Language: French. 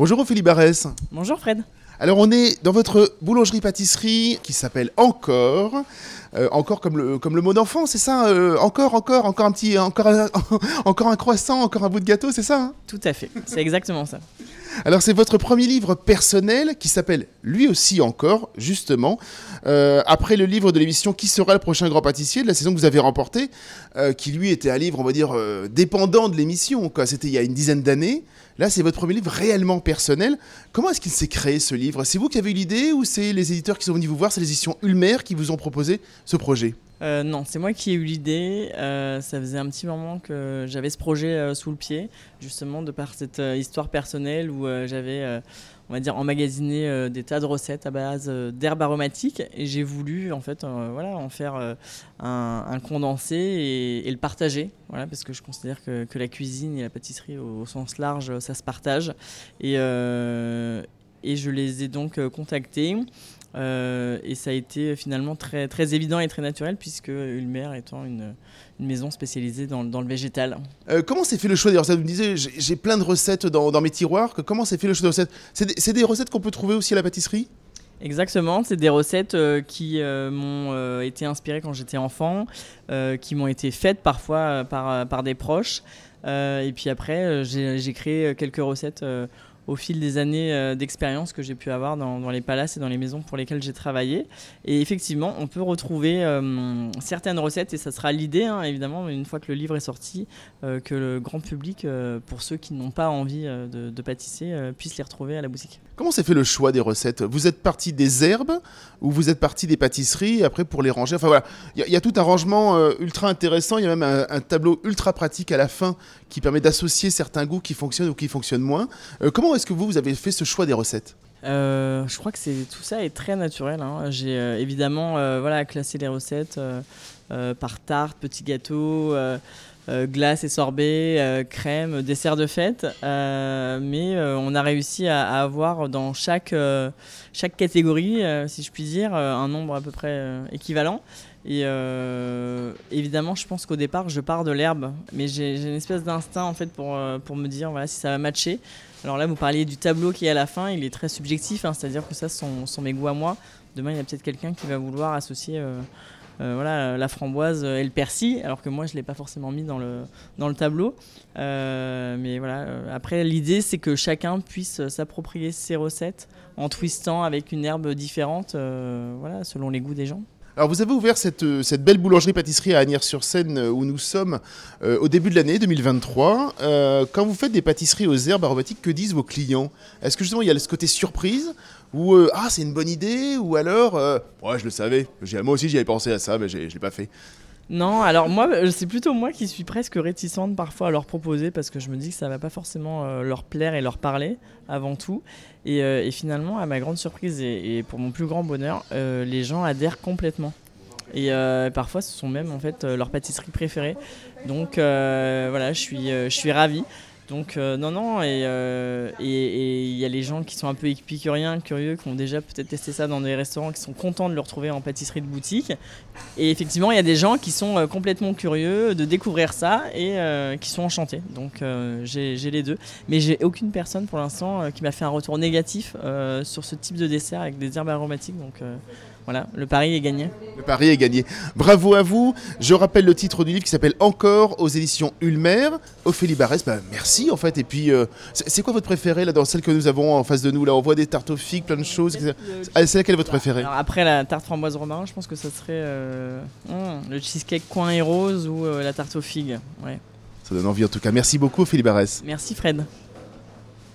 Bonjour Ophélie Barès. Bonjour Fred. Alors on est dans votre boulangerie-pâtisserie qui s'appelle Encore. Encore comme le mot d'enfant, c'est ça encore un petit, encore un croissant, encore un bout de gâteau, c'est ça hein? Tout à fait, c'est exactement ça. Alors c'est votre premier livre personnel qui s'appelle lui aussi Encore, justement, après le livre de l'émission Qui sera le prochain grand pâtissier de la saison que vous avez remporté, qui lui était un livre, on va dire, dépendant de l'émission, quoi. C'était il y a une dizaine d'années. Là, c'est votre premier livre réellement personnel. Comment est-ce qu'il s'est créé ce livre ? C'est vous qui avez eu l'idée ou c'est les éditeurs qui sont venus vous voir, c'est les éditions Ulmer qui vous ont proposé ce projet ? Non, c'est moi qui ai eu l'idée. Ça faisait un petit moment que j'avais ce projet sous le pied, justement de par cette histoire personnelle où j'avais, on va dire, emmagasiné des tas de recettes à base d'herbes aromatiques et j'ai voulu en fait, en faire un condensé et le partager, voilà, parce que je considère que la cuisine et la pâtisserie au sens large, ça se partage et je les ai donc contactés. Et ça a été finalement très, très évident et très naturel puisque Ulmer étant une maison spécialisée dans le végétal. Comment s'est fait le choix des recettes ? Vous me disiez, j'ai plein de recettes dans mes tiroirs. Comment s'est fait le choix des recettes ? C'est des recettes qu'on peut trouver aussi à la pâtisserie ? Exactement, c'est des recettes qui m'ont été inspirées quand j'étais enfant, qui m'ont été faites parfois par des proches. Et puis après, j'ai créé quelques recettes au fil des années d'expérience que j'ai pu avoir dans les palaces et dans les maisons pour lesquelles j'ai travaillé. Et effectivement, on peut retrouver certaines recettes, et ça sera l'idée, hein, évidemment, une fois que le livre est sorti, que le grand public, pour ceux qui n'ont pas envie de pâtisser, puisse les retrouver à la boutique. Comment s'est fait le choix des recettes ? Vous êtes parti des herbes ou vous êtes parti des pâtisseries après pour les ranger ? Enfin voilà, il y a tout un rangement ultra intéressant. Il y a même un tableau ultra pratique à la fin qui permet d'associer certains goûts qui fonctionnent ou qui fonctionnent moins. Comment est-ce que vous avez fait ce choix des recettes ? Je crois que tout ça est très naturel, hein. J'ai évidemment classé les recettes par tarte, petit gâteau, glace et sorbet, crème, dessert de fête. Mais on a réussi à avoir dans chaque catégorie, si je puis dire, un nombre à peu près équivalent. Et évidemment, je pense qu'au départ, je pars de l'herbe, mais j'ai une espèce d'instinct en fait pour me dire si ça va matcher. Alors là, vous parliez du tableau qui est à la fin, il est très subjectif, hein, c'est-à-dire que ça, ce sont mes goûts à moi. Demain, il y a peut-être quelqu'un qui va vouloir associer la framboise et le persil, alors que moi, je ne l'ai pas forcément mis dans le tableau. Mais voilà, après, l'idée, c'est que chacun puisse s'approprier ses recettes en twistant avec une herbe différente, selon les goûts des gens. Alors vous avez ouvert cette belle boulangerie-pâtisserie à Asnières-sur-Seine où nous sommes au début de l'année 2023. Quand vous faites des pâtisseries aux herbes aromatiques, que disent vos clients ? Est-ce que justement il y a ce côté surprise ou c'est une bonne idée, ou alors ouais, je le savais, moi aussi j'y avais pensé à ça mais je l'ai pas fait. Non, alors moi, c'est plutôt moi qui suis presque réticente parfois à leur proposer parce que je me dis que ça va pas forcément leur plaire et leur parler avant tout. Et finalement, à ma grande surprise et pour mon plus grand bonheur, les gens adhèrent complètement. Et parfois, ce sont même en fait leurs pâtisseries préférées. Donc je suis ravi. Donc non, et il y a les gens qui sont un peu épicuriens, curieux, qui ont déjà peut-être testé ça dans des restaurants, qui sont contents de le retrouver en pâtisserie de boutique. Et effectivement, il y a des gens qui sont complètement curieux de découvrir ça et qui sont enchantés. Donc j'ai les deux. Mais j'ai aucune personne pour l'instant qui m'a fait un retour négatif sur ce type de dessert avec des herbes aromatiques. Donc voilà, le pari est gagné. Le pari est gagné. Bravo à vous. Je rappelle le titre du livre qui s'appelle Encore aux éditions Ulmer. Ophélie Barès, merci en fait. Et puis, c'est quoi votre préféré là dans celle que nous avons en face de nous là ? On voit des tartes aux figues, plein de choses. C'est laquelle est votre préférée ? Alors après la tarte framboise romarin, je pense que ça serait le cheesecake coin et rose ou la tarte aux figues. Ouais. Ça donne envie en tout cas. Merci beaucoup Ophélie Barès. Merci Fred.